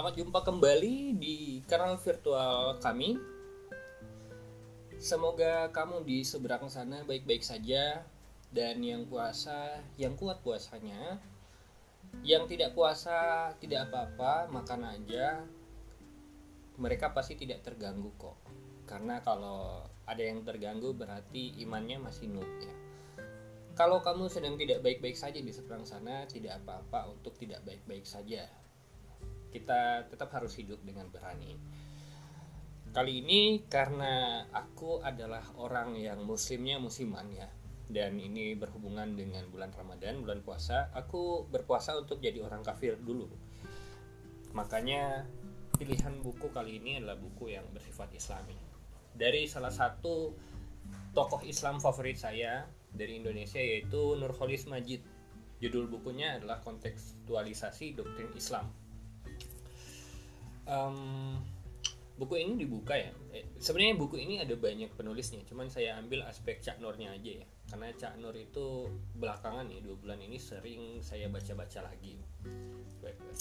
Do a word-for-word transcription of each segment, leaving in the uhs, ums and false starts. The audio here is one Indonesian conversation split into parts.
Selamat jumpa kembali di kanal virtual kami. Semoga kamu di seberang sana baik-baik saja. Dan yang puasa, yang kuat puasanya. Yang tidak puasa, tidak apa-apa, makan aja. Mereka pasti tidak terganggu kok. Karena kalau ada yang terganggu berarti imannya masih noob ya. Kalau kamu sedang tidak baik-baik saja di seberang sana, tidak apa-apa untuk tidak baik-baik saja. Kita tetap harus hidup dengan berani. Kali ini karena aku adalah orang yang muslimnya musiman ya, dan ini berhubungan dengan bulan Ramadan, bulan puasa, aku berpuasa untuk jadi orang kafir dulu. Makanya pilihan buku kali ini adalah buku yang bersifat islami, dari salah satu tokoh Islam favorit saya dari Indonesia, yaitu Nurcholish Madjid. Judul bukunya adalah Kontekstualisasi Doktrin Islam. Um, buku ini dibuka ya. Eh, sebenarnya buku ini ada banyak penulisnya, cuman saya ambil aspek Cak Nurnya aja ya, karena Cak Nur itu belakangan ya dua bulan ini sering saya baca-baca lagi. Baik, baik.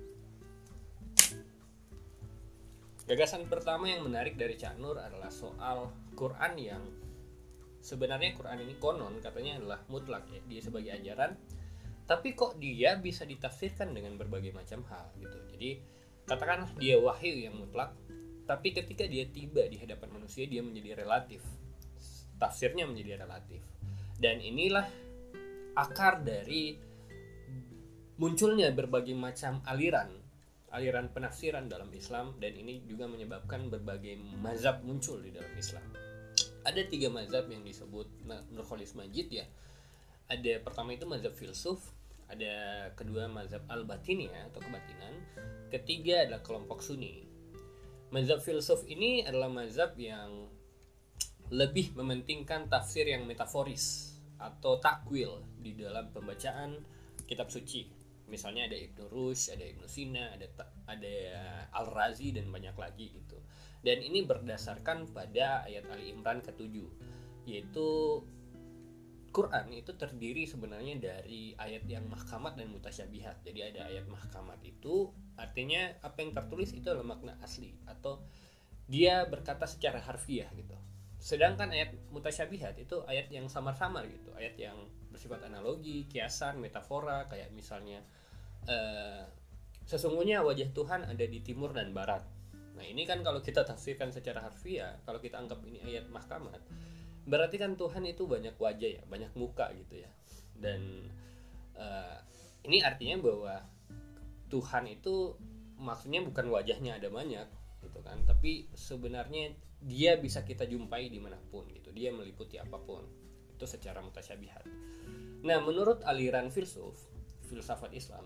Gagasan pertama yang menarik dari Cak Nur adalah soal Quran yang sebenarnya Quran ini konon katanya adalah mutlak ya, dia sebagai ajaran, tapi kok dia bisa ditafsirkan dengan berbagai macam hal gitu. Jadi katakanlah dia wahyu yang mutlak, tapi ketika dia tiba di hadapan manusia dia menjadi relatif. Tafsirnya menjadi relatif. Dan inilah akar dari munculnya berbagai macam aliran, aliran penafsiran dalam Islam, dan ini juga menyebabkan berbagai mazhab muncul di dalam Islam. Ada tiga mazhab yang disebut Nurcholish Madjid ya. Ada pertama itu mazhab filsuf, ada kedua mazhab al-batiniyah atau kebatinan, ketiga adalah kelompok Sunni. Mazhab filsuf ini adalah mazhab yang lebih mementingkan tafsir yang metaforis atau takwil di dalam pembacaan kitab suci. Misalnya ada Ibnu Rushd, ada Ibnu Sina, ada ada Al-Razi dan banyak lagi itu. Dan ini berdasarkan pada ayat Ali Imran ketujuh, yaitu Quran itu terdiri sebenarnya dari ayat yang mahkamat dan mutasyabihat. Jadi ada ayat mahkamat itu artinya apa yang tertulis itu adalah makna asli atau dia berkata secara harfiah gitu. Sedangkan ayat mutasyabihat itu ayat yang samar-samar gitu, ayat yang bersifat analogi, kiasan, metafora, kayak misalnya eh, sesungguhnya wajah Tuhan ada di timur dan barat. Nah ini kan kalau kita tafsirkan secara harfiah, kalau kita anggap ini ayat mahkamat, berarti kan Tuhan itu banyak wajah ya, banyak muka gitu ya. Dan uh, ini artinya bahwa Tuhan itu maksudnya bukan wajahnya ada banyak gitu kan, tapi sebenarnya dia bisa kita jumpai dimanapun gitu, dia meliputi apapun itu secara mutasyabihat. Nah menurut aliran filsuf, filsafat Islam,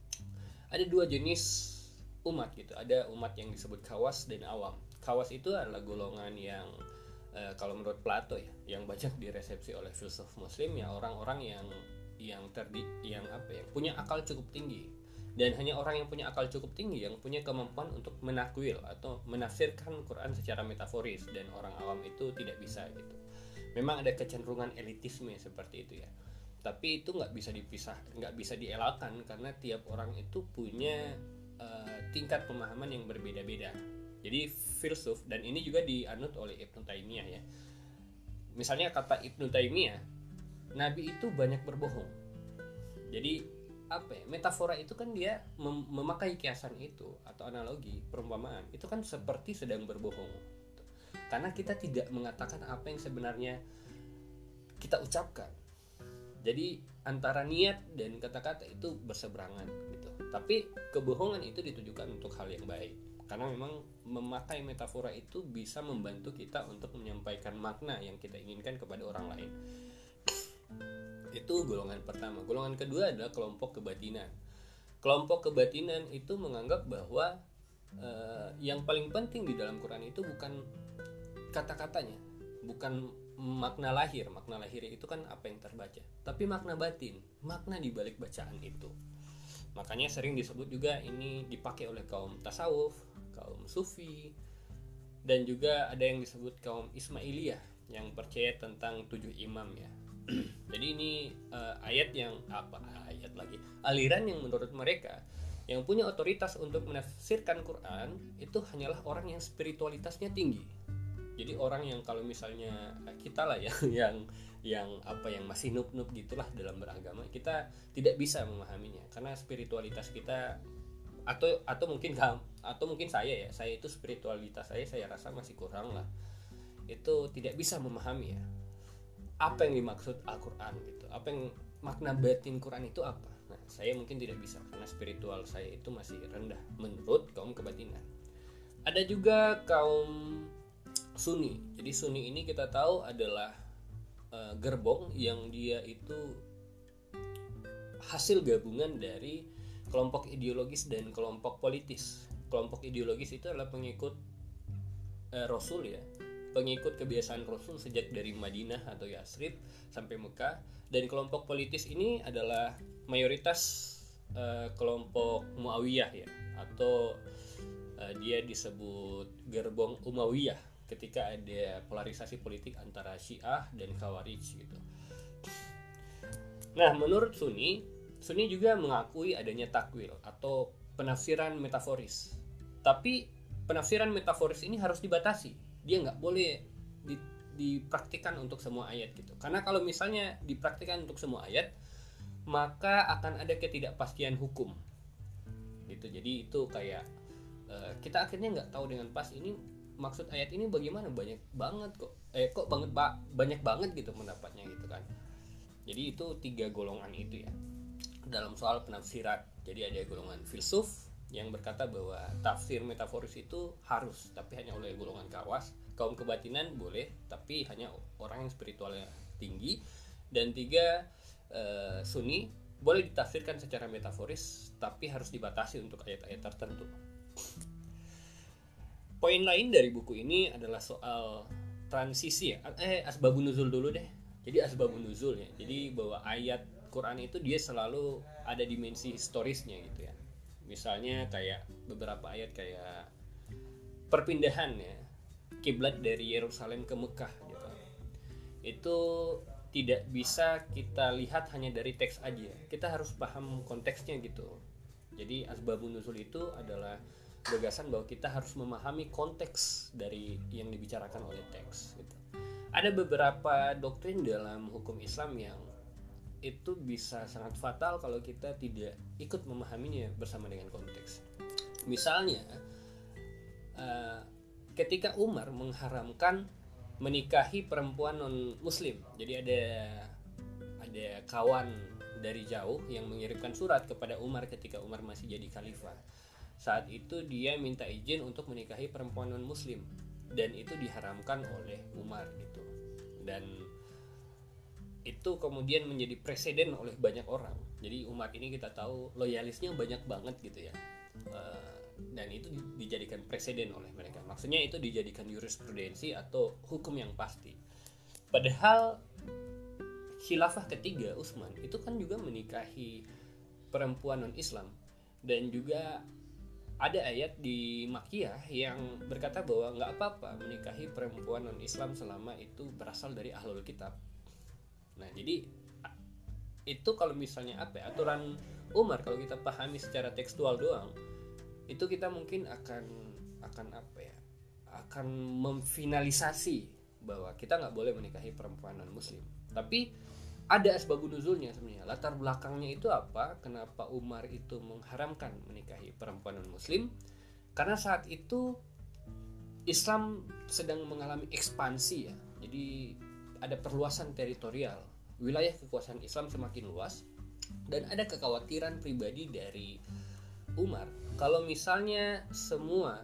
ada dua jenis umat gitu. Ada umat yang disebut khawas dan awam. Khawas itu adalah golongan yang Uh, kalau menurut Plato ya, yang banyak diresepsi oleh filsuf muslim ya, orang-orang yang yang terdi yang apa ya, punya akal cukup tinggi. Dan hanya orang yang punya akal cukup tinggi yang punya kemampuan untuk menakwil atau menafsirkan Quran secara metaforis, dan orang awam itu tidak bisa gitu. Memang ada kecenderungan elitisme seperti itu ya, tapi itu nggak bisa dipisah, nggak bisa dielakkan karena tiap orang itu punya uh, tingkat pemahaman yang berbeda-beda. Jadi filsuf, dan ini juga dianut oleh Ibnu Taimiyah ya. Misalnya kata Ibnu Taimiyah, Nabi itu banyak berbohong. Jadi apa ya, metafora itu kan dia mem- memakai kiasan itu atau analogi, perumpamaan itu kan seperti sedang berbohong. Karena kita tidak mengatakan apa yang sebenarnya kita ucapkan. Jadi antara niat dan kata-kata itu berseberangan gitu. Tapi kebohongan itu ditujukan untuk hal yang baik. Karena memang memakai metafora itu bisa membantu kita untuk menyampaikan makna yang kita inginkan kepada orang lain. Itu golongan pertama. Golongan kedua adalah kelompok kebatinan. Kelompok kebatinan itu menganggap bahwa eh, yang paling penting di dalam Quran itu bukan kata-katanya, bukan makna lahir. Makna lahir itu kan apa yang terbaca, tapi makna batin, makna di balik bacaan itu. Makanya sering disebut juga ini dipakai oleh kaum tasawuf, kaum sufi, dan juga ada yang disebut kaum Ismailiyah yang percaya tentang tujuh imam ya. Jadi ini uh, ayat yang apa ayat lagi aliran yang menurut mereka Yang punya otoritas untuk menafsirkan Quran itu hanyalah orang yang spiritualitasnya tinggi. Jadi orang yang kalau misalnya kita lah ya yang yang apa yang masih noob-noob gitulah dalam beragama, kita tidak bisa memahaminya karena spiritualitas kita atau atau mungkin atau mungkin saya ya, saya itu spiritualitas saya saya rasa masih kurang lah. Itu tidak bisa memahami ya apa yang dimaksud Al-Qur'an gitu. Apa yang makna batin Quran itu apa? Nah, saya mungkin tidak bisa karena spiritual saya itu masih rendah menurut kaum kebatinan. Ada juga kaum Sunni. Jadi Sunni ini kita tahu adalah uh, gerbong yang dia itu hasil gabungan dari kelompok ideologis dan kelompok politis. Kelompok ideologis itu adalah pengikut uh, Rasul ya, pengikut kebiasaan Rasul sejak dari Madinah atau Yathrib sampai Mekah. Dan kelompok politis ini adalah mayoritas uh, kelompok Muawiyah ya, atau uh, dia disebut gerbong Umayyah ketika ada polarisasi politik antara Syiah dan Khawarij gitu. Nah, menurut Sunni, Sunni juga mengakui adanya takwil atau penafsiran metaforis. Tapi penafsiran metaforis ini harus dibatasi. Dia nggak boleh di, dipraktikkan untuk semua ayat gitu. Karena kalau misalnya dipraktikkan untuk semua ayat, maka akan ada ketidakpastian hukum. Gitu. Jadi itu kayak uh, kita akhirnya nggak tahu dengan pas ini maksud ayat ini bagaimana, banyak banget kok eh kok banget ba- banyak banget gitu pendapatnya gitu kan. Jadi itu tiga golongan itu ya dalam soal penafsiran. Jadi ada golongan filsuf yang berkata bahwa tafsir metaforis itu harus tapi hanya oleh golongan kawas. Kaum kebatinan boleh tapi hanya orang yang spiritualnya tinggi. Dan tiga eh, Sunni boleh ditafsirkan secara metaforis tapi harus dibatasi untuk ayat-ayat tertentu. Poin lain dari buku ini adalah soal transisi ya. Eh asbabun nuzul dulu deh. Jadi asbabun nuzul ya. Jadi bahwa ayat Quran itu dia selalu ada dimensi historisnya gitu ya. Misalnya kayak beberapa ayat kayak perpindahan ya kiblat dari Yerusalem ke Mekah gitu. Itu tidak bisa kita lihat hanya dari teks aja. Kita harus paham konteksnya gitu. Jadi asbabun nuzul itu adalah gagasan bahwa kita harus memahami konteks dari yang dibicarakan oleh teks gitu. Ada beberapa doktrin dalam hukum Islam yang itu bisa sangat fatal kalau kita tidak ikut memahaminya bersama dengan konteks. Misalnya uh, ketika Umar mengharamkan menikahi perempuan non muslim. Jadi ada ada kawan dari jauh yang mengirimkan surat kepada Umar ketika Umar masih jadi khalifah. Saat itu dia minta izin untuk menikahi perempuan non muslim dan itu diharamkan oleh Umar gitu. Dan itu kemudian menjadi presiden oleh banyak orang. Jadi Umar ini kita tahu loyalisnya banyak banget gitu ya. Uh, dan itu dijadikan presiden oleh mereka. Maksudnya itu dijadikan jurisprudensi atau hukum yang pasti. Padahal khilafah ketiga Utsman itu kan juga menikahi perempuan non Islam dan juga ada ayat di Makkiyah yang berkata bahwa nggak apa-apa menikahi perempuan non-Islam selama itu berasal dari ahlul kitab. Nah jadi itu kalau misalnya apa ya, aturan Umar kalau kita pahami secara tekstual doang, itu kita mungkin akan akan apa ya, akan memfinalisasi bahwa kita nggak boleh menikahi perempuan non-Muslim. Tapi ada asbabun nuzulnya sebenarnya. Latar belakangnya itu apa? Kenapa Umar itu mengharamkan menikahi perempuan non-muslim? Karena saat itu Islam sedang mengalami ekspansi ya. Jadi ada perluasan teritorial. Wilayah kekuasaan Islam semakin luas dan ada kekhawatiran pribadi dari Umar kalau misalnya semua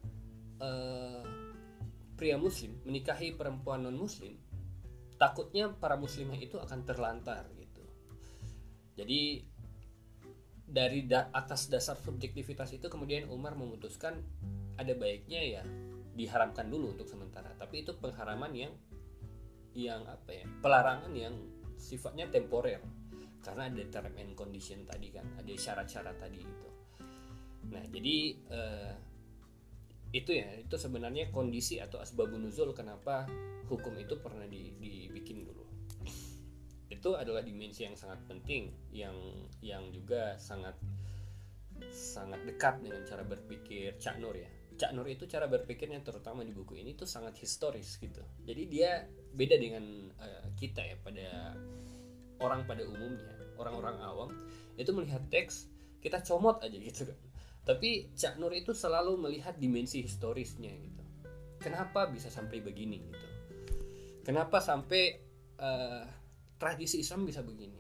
uh, pria muslim menikahi perempuan non-muslim, takutnya para muslimah itu akan terlantar gitu. Jadi dari da- atas dasar subjektivitas itu kemudian Umar memutuskan ada baiknya ya diharamkan dulu untuk sementara. Tapi itu pengharaman yang yang apa ya? Pelarangan yang sifatnya temporer. Karena ada term and condition tadi kan, ada syarat-syarat tadi gitu. Nah, jadi eh, itu ya, itu sebenarnya kondisi atau asbabun nuzul kenapa hukum itu pernah di, dibikin dulu. Itu adalah dimensi yang sangat penting yang yang juga sangat sangat dekat dengan cara berpikir Cak Nur ya. Cak Nur itu cara berpikirnya terutama di buku ini tuh sangat historis gitu. Jadi dia beda dengan uh, kita ya, pada orang pada umumnya, orang-orang awam itu melihat teks kita comot aja gitu kan. Tapi Cak Nur itu selalu melihat dimensi historisnya gitu. Kenapa bisa sampai begini gitu? Kenapa sampai uh, tradisi Islam bisa begini?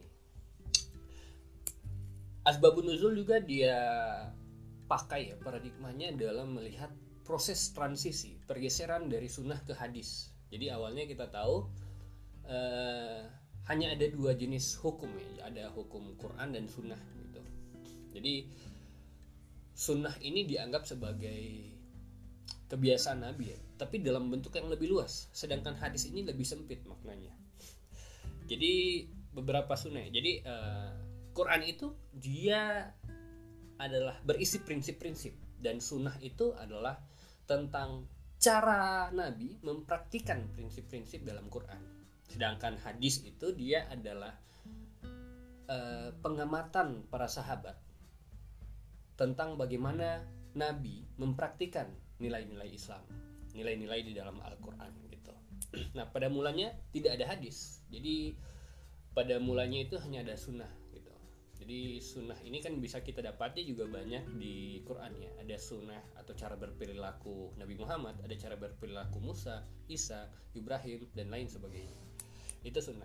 Asbabun nuzul juga dia pakai ya paradigmanya dalam melihat proses transisi, pergeseran dari sunnah ke hadis. Jadi awalnya kita tahu uh, hanya ada dua jenis hukum ya, ada hukum Quran dan sunnah gitu. Jadi sunnah ini dianggap sebagai kebiasaan Nabi ya, tapi dalam bentuk yang lebih luas. Sedangkan hadis ini lebih sempit maknanya. Jadi beberapa sunnah. Jadi uh, Quran itu dia adalah berisi prinsip-prinsip, dan sunnah itu adalah tentang cara Nabi mempraktikkan prinsip-prinsip dalam Quran. Sedangkan hadis itu dia adalah uh, pengamatan para sahabat tentang bagaimana Nabi mempraktikkan nilai-nilai Islam, nilai-nilai di dalam Al-Quran gitu. Nah pada mulanya tidak ada hadis, jadi pada mulanya itu hanya ada sunnah gitu. Jadi sunnah ini kan bisa kita dapati juga banyak di Quran ya. Ada sunnah atau cara berperilaku Nabi Muhammad, ada cara berperilaku Musa, Isa, Ibrahim dan lain sebagainya. Itu sunnah.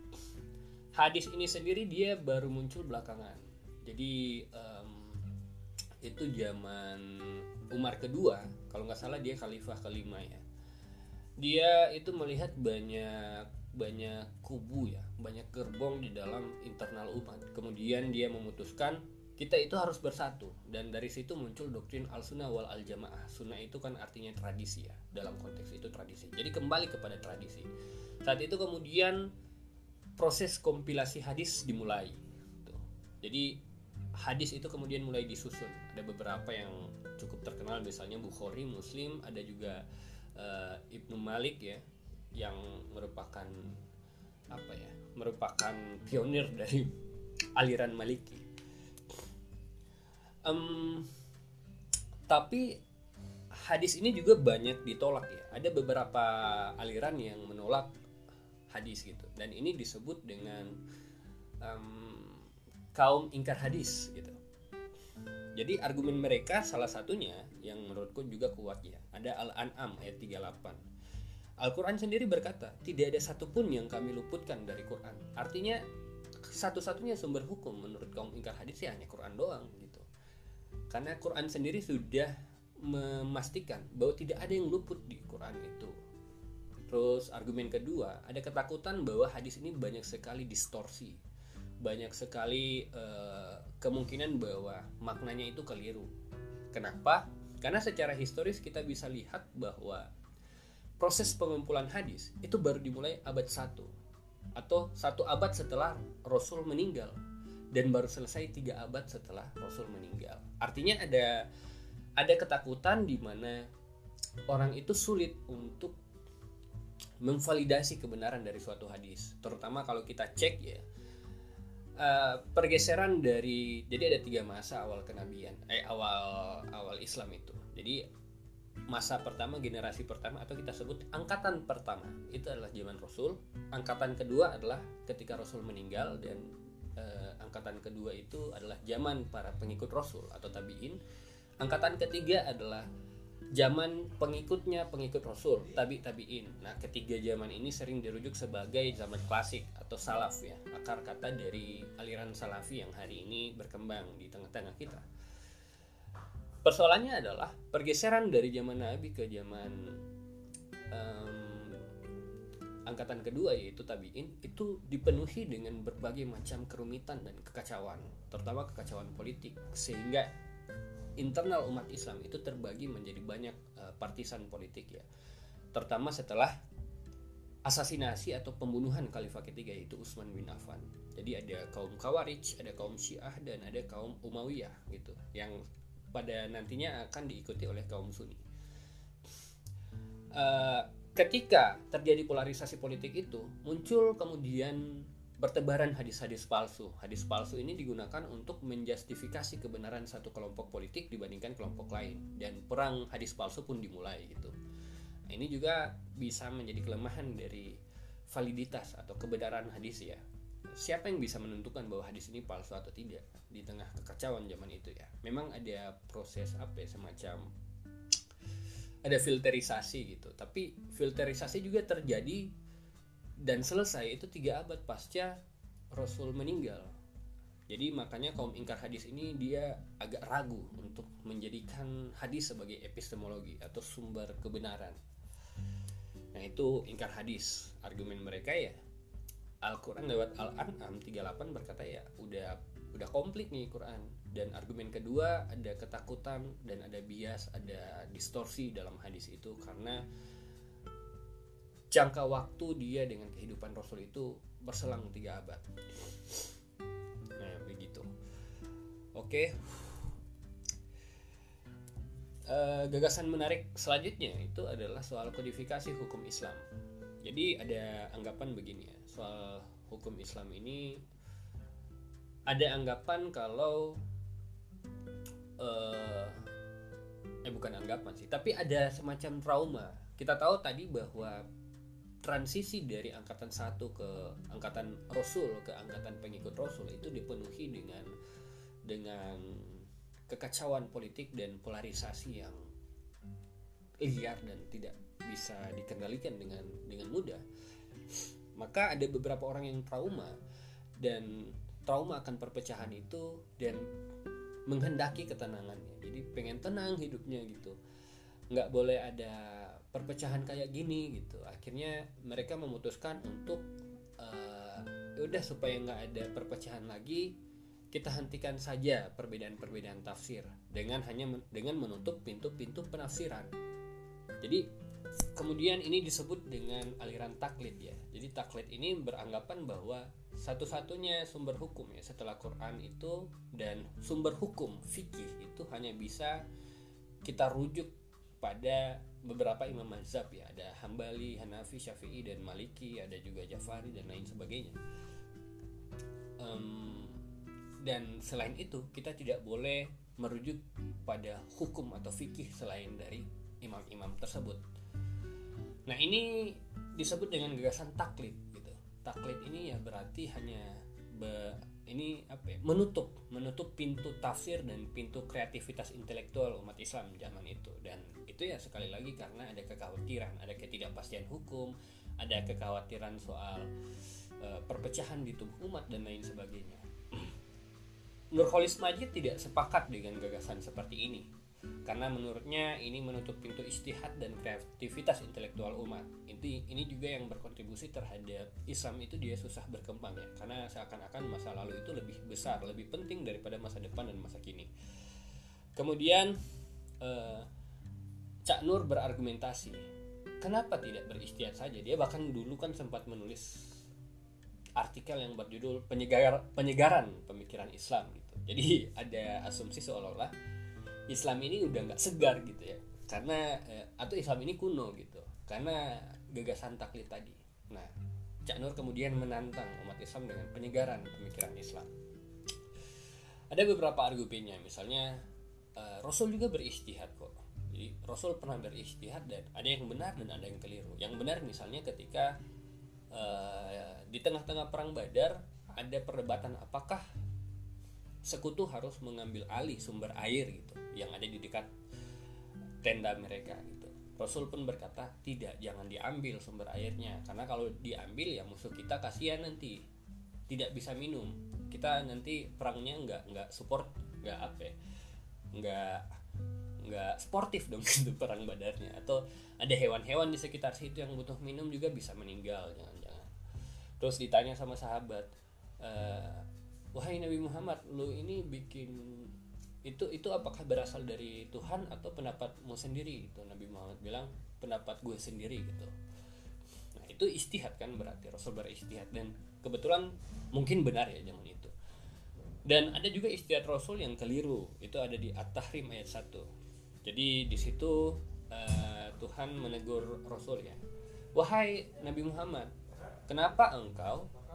Hadis ini sendiri dia baru muncul belakangan. Jadi um, itu zaman Umar kedua, kalau nggak salah dia khalifah kelima ya. Dia itu melihat banyak banyak kubu ya, banyak gerbong di dalam internal umat. Kemudian dia memutuskan kita itu harus bersatu, dan dari situ muncul doktrin al-sunnah wal al-jamaah. Sunnah itu kan artinya tradisi ya, dalam konteks itu tradisi. Jadi kembali kepada tradisi. Saat itu kemudian proses kompilasi hadis dimulai. Tuh. Jadi hadis itu kemudian mulai disusun. Ada beberapa yang cukup terkenal, misalnya Bukhari, Muslim, ada juga uh, Ibnu Malik ya, yang merupakan apa ya, merupakan pionir dari aliran Maliki. Um, tapi hadis ini juga banyak ditolak ya. Ada beberapa aliran yang menolak hadis gitu, dan ini disebut dengan um, kaum ingkar hadis gitu. Jadi argumen mereka salah satunya yang menurutku juga kuat ya, ada Al-An'am ayat tiga puluh delapan. Al-Quran sendiri berkata, tidak ada satupun yang kami luputkan dari Quran. Artinya satu-satunya sumber hukum menurut kaum ingkar hadis ya hanya Quran doang gitu. Karena Quran sendiri sudah memastikan bahwa tidak ada yang luput di Quran itu. Terus argumen kedua, ada ketakutan bahwa hadis ini banyak sekali distorsi, banyak sekali uh, kemungkinan bahwa maknanya itu keliru. Kenapa? Karena secara historis kita bisa lihat bahwa proses pengumpulan hadis itu baru dimulai abad satu atau satu abad setelah Rasul meninggal, dan baru selesai tiga abad setelah Rasul meninggal. Artinya ada ada ketakutan di mana orang itu sulit untuk memvalidasi kebenaran dari suatu hadis. Terutama kalau kita cek ya, uh, pergeseran dari, jadi ada tiga masa awal kenabian, eh awal awal Islam itu. Jadi masa pertama, generasi pertama, atau kita sebut angkatan pertama, itu adalah zaman Rasul. Angkatan kedua adalah ketika Rasul meninggal, dan eh, angkatan kedua itu adalah zaman para pengikut Rasul atau tabi'in. Angkatan ketiga adalah zaman pengikutnya pengikut Rasul, tabi tabi'in. Nah, ketiga zaman ini sering dirujuk sebagai zaman klasik atau salaf ya, akar kata dari aliran salafi yang hari ini berkembang di tengah-tengah kita. Persoalannya adalah pergeseran dari zaman Nabi ke zaman um, angkatan kedua yaitu tabi'in itu dipenuhi dengan berbagai macam kerumitan dan kekacauan, terutama kekacauan politik, sehingga internal umat Islam itu terbagi menjadi banyak uh, partisan politik ya, terutama setelah asasinasi atau pembunuhan khalifah ketiga yaitu Utsman bin Affan. Jadi ada kaum Khawarij, ada kaum Syiah, dan ada kaum Umayyah gitu, yang pada nantinya akan diikuti oleh kaum Sunni. Uh, ketika terjadi polarisasi politik itu, muncul kemudian bertebaran hadis-hadis palsu. Hadis palsu ini digunakan untuk menjustifikasi kebenaran satu kelompok politik dibandingkan kelompok lain, dan perang hadis palsu pun dimulai gitu. Ini juga bisa menjadi kelemahan dari validitas atau kebenaran hadis ya. Siapa yang bisa menentukan bahwa hadis ini palsu atau tidak di tengah kekacauan zaman itu ya? Memang ada proses apa ya, semacam ada filterisasi gitu. Tapi filterisasi juga terjadi dan selesai itu tiga abad pasca Rasul meninggal. Jadi makanya kaum ingkar hadis ini dia agak ragu untuk menjadikan hadis sebagai epistemologi atau sumber kebenaran. Nah itu ingkar hadis. Argumen mereka ya Al-Quran lewat Al-An'am tiga puluh delapan berkata ya udah udah komplit nih Quran. Dan argumen kedua ada ketakutan dan ada bias, ada distorsi dalam hadis itu karena jangka waktu dia dengan kehidupan Rasul itu berselang tiga abad. Nah begitu. Oke. Uh, gagasan menarik selanjutnya itu adalah soal kodifikasi hukum Islam. Jadi ada anggapan begini ya, soal hukum Islam ini ada anggapan kalau uh, eh bukan anggapan sih, tapi ada semacam trauma. Kita tahu tadi bahwa transisi dari angkatan satu ke angkatan Rasul ke angkatan pengikut Rasul itu dipenuhi dengan dengan kekacauan politik dan polarisasi yang liar dan tidak bisa dikendalikan dengan dengan mudah. Maka ada beberapa orang yang trauma dan trauma akan perpecahan itu dan menghendaki ketenangannya. Jadi pengen tenang hidupnya gitu. Nggak boleh ada perpecahan kayak gini gitu. Akhirnya mereka memutuskan untuk uh, udah supaya nggak ada perpecahan lagi, kita hentikan saja perbedaan-perbedaan tafsir dengan hanya men- dengan menutup pintu-pintu penafsiran. Jadi kemudian ini disebut dengan aliran taklid ya. Jadi taklid ini beranggapan bahwa satu-satunya sumber hukum ya setelah Quran itu dan sumber hukum fikih itu hanya bisa kita rujuk pada beberapa imam mazhab ya, ada Hambali, Hanafi, Syafi'i dan Maliki, ada juga Jafari dan lain sebagainya. Um, dan selain itu kita tidak boleh merujuk pada hukum atau fikih selain dari imam-imam tersebut. Nah ini disebut dengan gagasan taklid gitu. Taklid ini ya berarti hanya be, ini apa ya, menutup menutup pintu tafsir dan pintu kreativitas intelektual umat Islam zaman itu. Dan itu ya sekali lagi karena ada kekhawatiran, ada ketidakpastian hukum, ada kekhawatiran soal uh, perpecahan di tubuh umat dan lain sebagainya. Nurholis Majid tidak sepakat dengan gagasan seperti ini karena menurutnya ini menutup pintu ijtihad dan kreativitas intelektual umat. Ini ini juga yang berkontribusi terhadap Islam itu dia susah berkembang ya, karena seakan-akan masa lalu itu lebih besar, lebih penting daripada masa depan dan masa kini. Kemudian eh, Cak Nur berargumentasi, kenapa tidak berijtihad saja? Dia bahkan dulu kan sempat menulis artikel yang berjudul penyegar, penyegaran pemikiran Islam gitu. Jadi ada asumsi seolah-olah Islam ini udah nggak segar gitu ya, karena eh, atau Islam ini kuno gitu, karena gagasan taklid tadi. Nah, Cak Nur kemudian menantang umat Islam dengan penyegaran pemikiran Islam. Ada beberapa argumennya, misalnya eh, Rasul juga berijtihad kok. Jadi Rasul pernah berijtihad dan ada yang benar dan ada yang keliru. Yang benar misalnya ketika eh, di tengah-tengah perang Badar ada perdebatan apakah sekutu harus mengambil alih sumber air gitu yang ada di dekat tenda mereka gitu. Rasul pun berkata tidak, jangan diambil sumber airnya karena kalau diambil ya musuh kita kasihan nanti tidak bisa minum, kita nanti perangnya nggak nggak support, nggak apa ya, nggak nggak sportif dong itu perang Badarnya. Atau ada hewan-hewan di sekitar situ yang butuh minum juga bisa meninggal, jangan-jangan. Terus ditanya sama sahabat, e, wahai Nabi Muhammad, lu ini bikin itu itu apakah berasal dari Tuhan atau pendapatmu sendiri? Itu Nabi Muhammad bilang pendapat gue sendiri gitu. Nah itu ijtihad kan, berarti Rasul berijtihad dan kebetulan mungkin benar ya zaman itu. Dan ada juga ijtihad Rasul yang keliru, itu ada di At-Tahrim ayat satu. Jadi di situ uh, Tuhan menegur Rasul ya, wahai Nabi Muhammad, kenapa engkau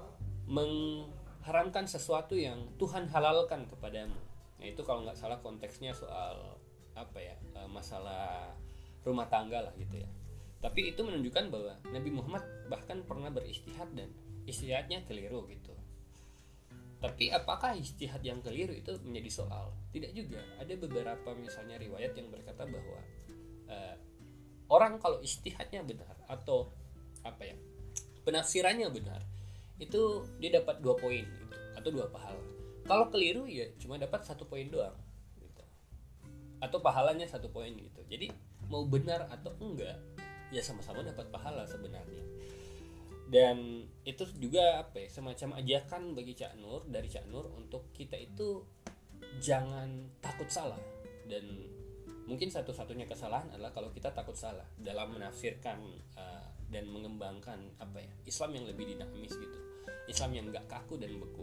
mengharamkan sesuatu yang Tuhan halalkan kepadamu. Nah itu kalau nggak salah konteksnya soal apa ya, masalah rumah tangga lah gitu ya. Tapi itu menunjukkan bahwa Nabi Muhammad bahkan pernah beristihad dan istihadnya keliru gitu. Tapi apakah istihad yang keliru itu menjadi soal? Tidak juga. Ada beberapa misalnya riwayat yang berkata bahwa uh, orang kalau istihadnya benar atau apa ya, penafsirannya benar, itu dia dapat dua poin gitu, atau dua pahala. Kalau keliru ya cuma dapat satu poin doang gitu. Atau pahalanya satu poin gitu. Jadi mau benar atau enggak ya sama-sama dapat pahala sebenarnya. Dan itu juga apa ya, semacam ajakan bagi Cak Nur, dari Cak Nur untuk kita itu jangan takut salah. Dan mungkin satu-satunya kesalahan adalah kalau kita takut salah dalam menafsirkan uh, dan mengembangkan apa ya, Islam yang lebih dinamis gitu, Islam yang enggak kaku dan beku.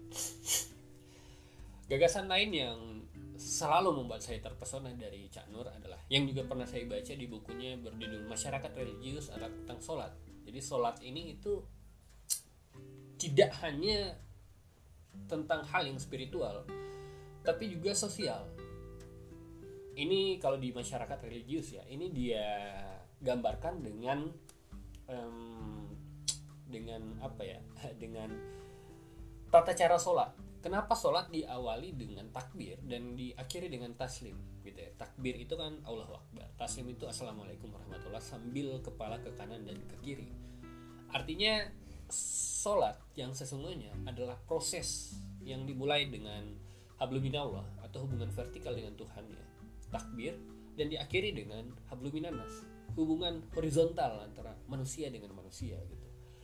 Gagasan lain yang selalu membuat saya terpesona dari Cak Nur adalah yang juga pernah saya baca di bukunya berjudul Masyarakat Religius adalah tentang sholat. Jadi sholat ini itu tidak hanya tentang hal yang spiritual, tapi juga sosial. Ini kalau di masyarakat religius ya, ini dia gambarkan dengan um, dengan apa ya, dengan tata cara sholat. Kenapa sholat diawali dengan takbir dan diakhiri dengan taslim gitu ya. Takbir itu kan Allahu Akbar, taslim itu Assalamualaikum warahmatullahi sambil kepala ke kanan dan ke kiri. Artinya sholat yang sesungguhnya adalah proses yang dimulai dengan hablum minallah atau hubungan vertikal dengan Tuhan ya, takbir, dan diakhiri dengan hablum minannas, hubungan horizontal antara manusia dengan manusia gitu.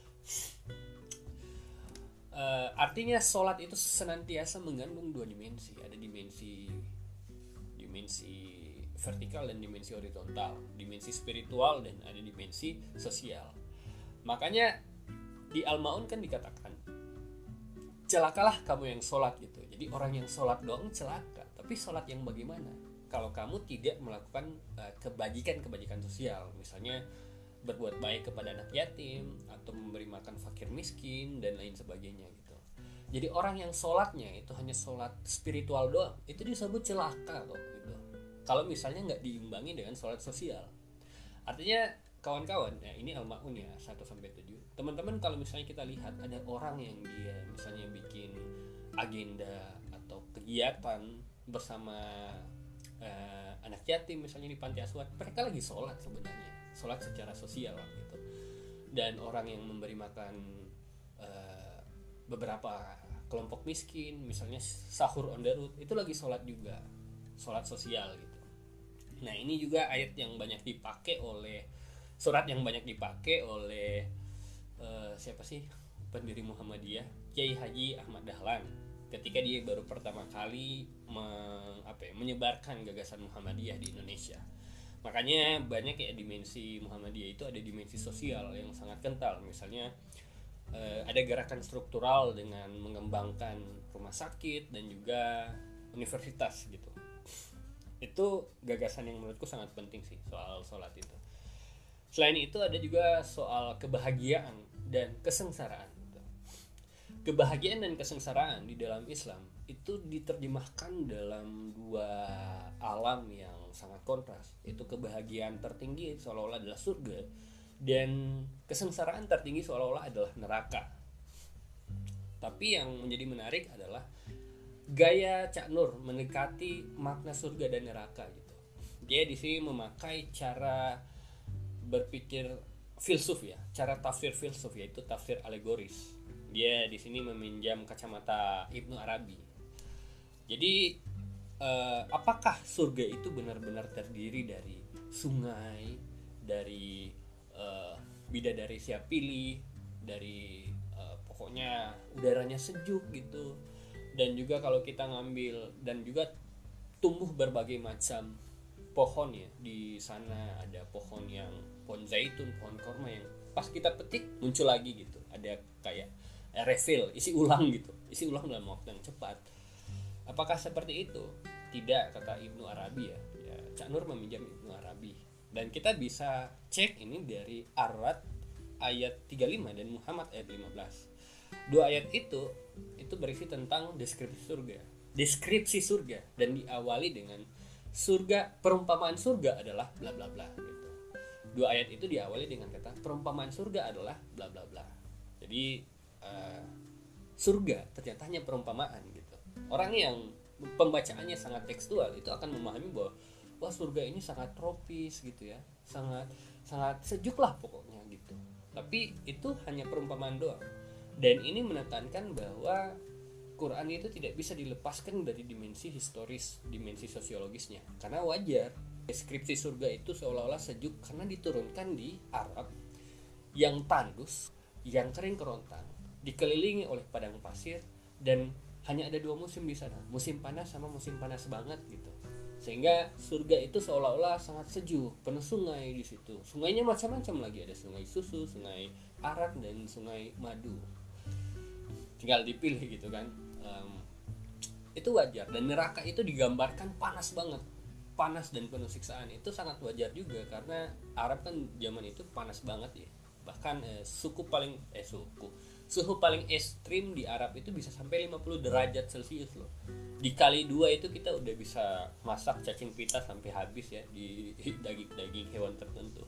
Uh, artinya sholat itu senantiasa mengandung dua dimensi. Ada dimensi dimensi vertikal dan dimensi horizontal, dimensi spiritual dan ada dimensi sosial. Makanya di Al-Maun kan dikatakan celakalah kamu yang sholat gitu. Jadi orang yang sholat doang celaka, tapi sholat yang bagaimana kalau kamu tidak melakukan uh, kebajikan-kebajikan sosial, misalnya berbuat baik kepada anak yatim atau memberi makan fakir miskin dan lain sebagainya gitu. Jadi orang yang sholatnya itu hanya sholat spiritual doang, itu disebut celaka kok gitu. Kalau misalnya nggak diimbangi dengan sholat sosial. Artinya kawan-kawan ya, ini Al-Maun ya satu sampai tujuh. Teman-teman kalau misalnya kita lihat ada orang yang dia misalnya bikin agenda atau kegiatan bersama uh, anak yatim misalnya di panti asuhan, mereka lagi sholat sebenarnya. Sholat secara sosial gitu. Dan orang yang memberi makan uh, beberapa kelompok miskin, misalnya sahur on the road, itu lagi sholat juga, sholat sosial gitu. Nah ini juga ayat yang banyak dipakai oleh, surat yang banyak dipakai oleh uh, siapa sih pendiri Muhammadiyah, Kiai Haji Ahmad Dahlan, ketika dia baru pertama kali meng, apa ya, menyebarkan gagasan Muhammadiyah di Indonesia. Makanya banyak ya dimensi Muhammadiyah itu ada dimensi sosial yang sangat kental. Misalnya eh, ada gerakan struktural dengan mengembangkan rumah sakit dan juga universitas gitu. Itu gagasan yang menurutku sangat penting sih soal sholat itu. Selain itu ada juga soal kebahagiaan dan kesengsaraan gitu. Kebahagiaan dan kesengsaraan di dalam Islam itu diterjemahkan dalam dua alam yang sangat kontras, yaitu kebahagiaan tertinggi seolah-olah adalah surga dan kesengsaraan tertinggi seolah-olah adalah neraka. Tapi yang menjadi menarik adalah gaya Cak Nur mendekati makna surga dan neraka gitu. Dia di sini memakai cara berpikir filsuf ya, cara tafsir filsuf, yaitu tafsir alegoris. Dia di sini meminjam kacamata Ibnu Arabi. Jadi eh, apakah surga itu benar-benar terdiri dari sungai, dari eh, bidadari siap pilih, dari eh, pokoknya udaranya sejuk gitu. Dan juga kalau kita ngambil dan juga tumbuh berbagai macam pohon ya, di sana ada pohon yang pohon zaitun, pohon korma yang pas kita petik muncul lagi gitu, ada kayak refill, isi ulang gitu, isi ulang dalam waktu yang cepat. Apakah seperti itu? Tidak, kata Ibnu Arabi ya. Ya, Cak Nur meminjam Ibnu Arabi. Dan kita bisa cek ini dari Ar-Ra'd ayat tiga puluh lima dan Muhammad ayat lima belas. Dua ayat itu itu berisi tentang deskripsi surga. Deskripsi surga dan diawali dengan surga, perumpamaan surga adalah bla bla bla gitu. Dua ayat itu diawali dengan kata perumpamaan surga adalah bla bla bla. Jadi uh, surga ternyata hanya perumpamaan gitu. Orang yang pembacaannya sangat tekstual itu akan memahami bahwa wah surga ini sangat tropis gitu ya, sangat sangat sejuk lah pokoknya gitu. Tapi itu hanya perumpamaan doang. Dan ini menekankan bahwa Quran itu tidak bisa dilepaskan dari dimensi historis, dimensi sosiologisnya. Karena wajar, deskripsi surga itu seolah-olah sejuk karena diturunkan di Arab yang tandus, yang kering kerontang, dikelilingi oleh padang pasir, dan hanya ada dua musim di sana, musim panas sama musim panas banget gitu. Sehingga surga itu seolah-olah sangat sejuk, penuh sungai di situ. Sungainya macam-macam lagi, ada sungai susu, sungai arak, dan sungai madu. Tinggal dipilih gitu kan. Um, itu wajar. Dan neraka itu digambarkan panas banget, panas dan penuh siksaan. Itu sangat wajar juga karena Arab kan zaman itu panas banget ya. Bahkan eh, suku paling eh suku suhu paling ekstrim di Arab itu bisa sampai lima puluh derajat celcius loh. Dikali dua itu kita udah bisa masak cacing pita sampai habis ya di daging-daging hewan tertentu.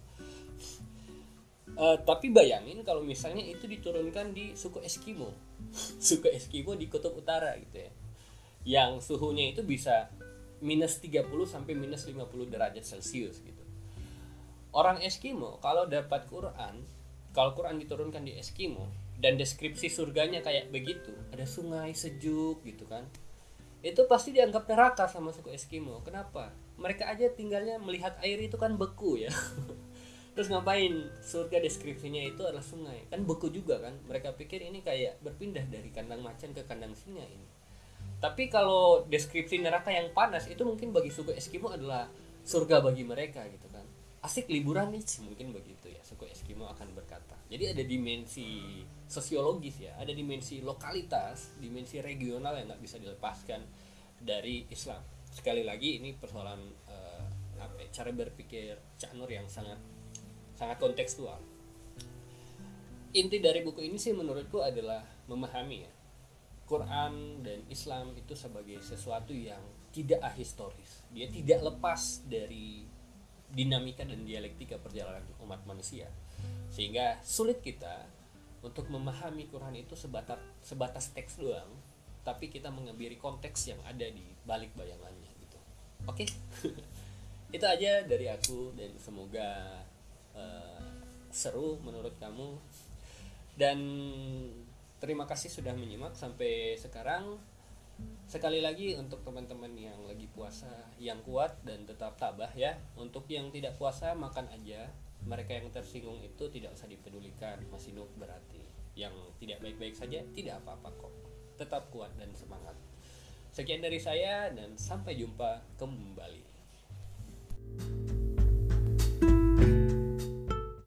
Uh, tapi bayangin kalau misalnya itu diturunkan di suku Eskimo, suku Eskimo di kutub utara gitu ya, yang suhunya itu bisa minus tiga puluh sampai minus lima puluh derajat celcius gitu. Orang Eskimo kalau dapat Quran, kalau Quran diturunkan di Eskimo dan deskripsi surganya kayak begitu, ada sungai sejuk gitu kan, itu pasti dianggap neraka sama suku Eskimo. Kenapa? Mereka aja tinggalnya melihat air itu kan beku ya. Terus ngapain? Surga deskripsinya itu adalah sungai, kan beku juga kan. Mereka pikir ini kayak berpindah dari kandang macan ke kandang singa ini. Tapi kalau deskripsi neraka yang panas itu mungkin bagi suku Eskimo adalah surga bagi mereka gitu kan. Asik liburan nih mungkin begitu ya, suku Eskimo akan berkata. Jadi ada dimensi sosiologis ya, ada dimensi lokalitas, dimensi regional yang nggak bisa dilepaskan dari Islam. Sekali lagi ini persoalan uh, apa ya, cara berpikir Cak Nur yang sangat sangat kontekstual. Inti dari buku ini sih menurutku adalah memahami ya, Quran dan Islam itu sebagai sesuatu yang tidak ahistoris. Dia tidak lepas dari dinamika dan dialektika perjalanan umat manusia. Sehingga sulit kita untuk memahami Quran itu sebatas sebatas teks doang, tapi kita mengambil konteks yang ada di balik bayangannya gitu. Oke. Itu aja dari aku dan semoga uh, seru menurut kamu. Dan terima kasih sudah menyimak sampai sekarang. Sekali lagi untuk teman-teman yang lagi puasa, yang kuat dan tetap tabah ya. Untuk yang tidak puasa makan aja. Mereka yang tersinggung itu tidak usah dipedulikan, masih nuk berarti. Yang tidak baik-baik saja tidak apa-apa kok. Tetap kuat dan semangat. Sekian dari saya dan sampai jumpa kembali.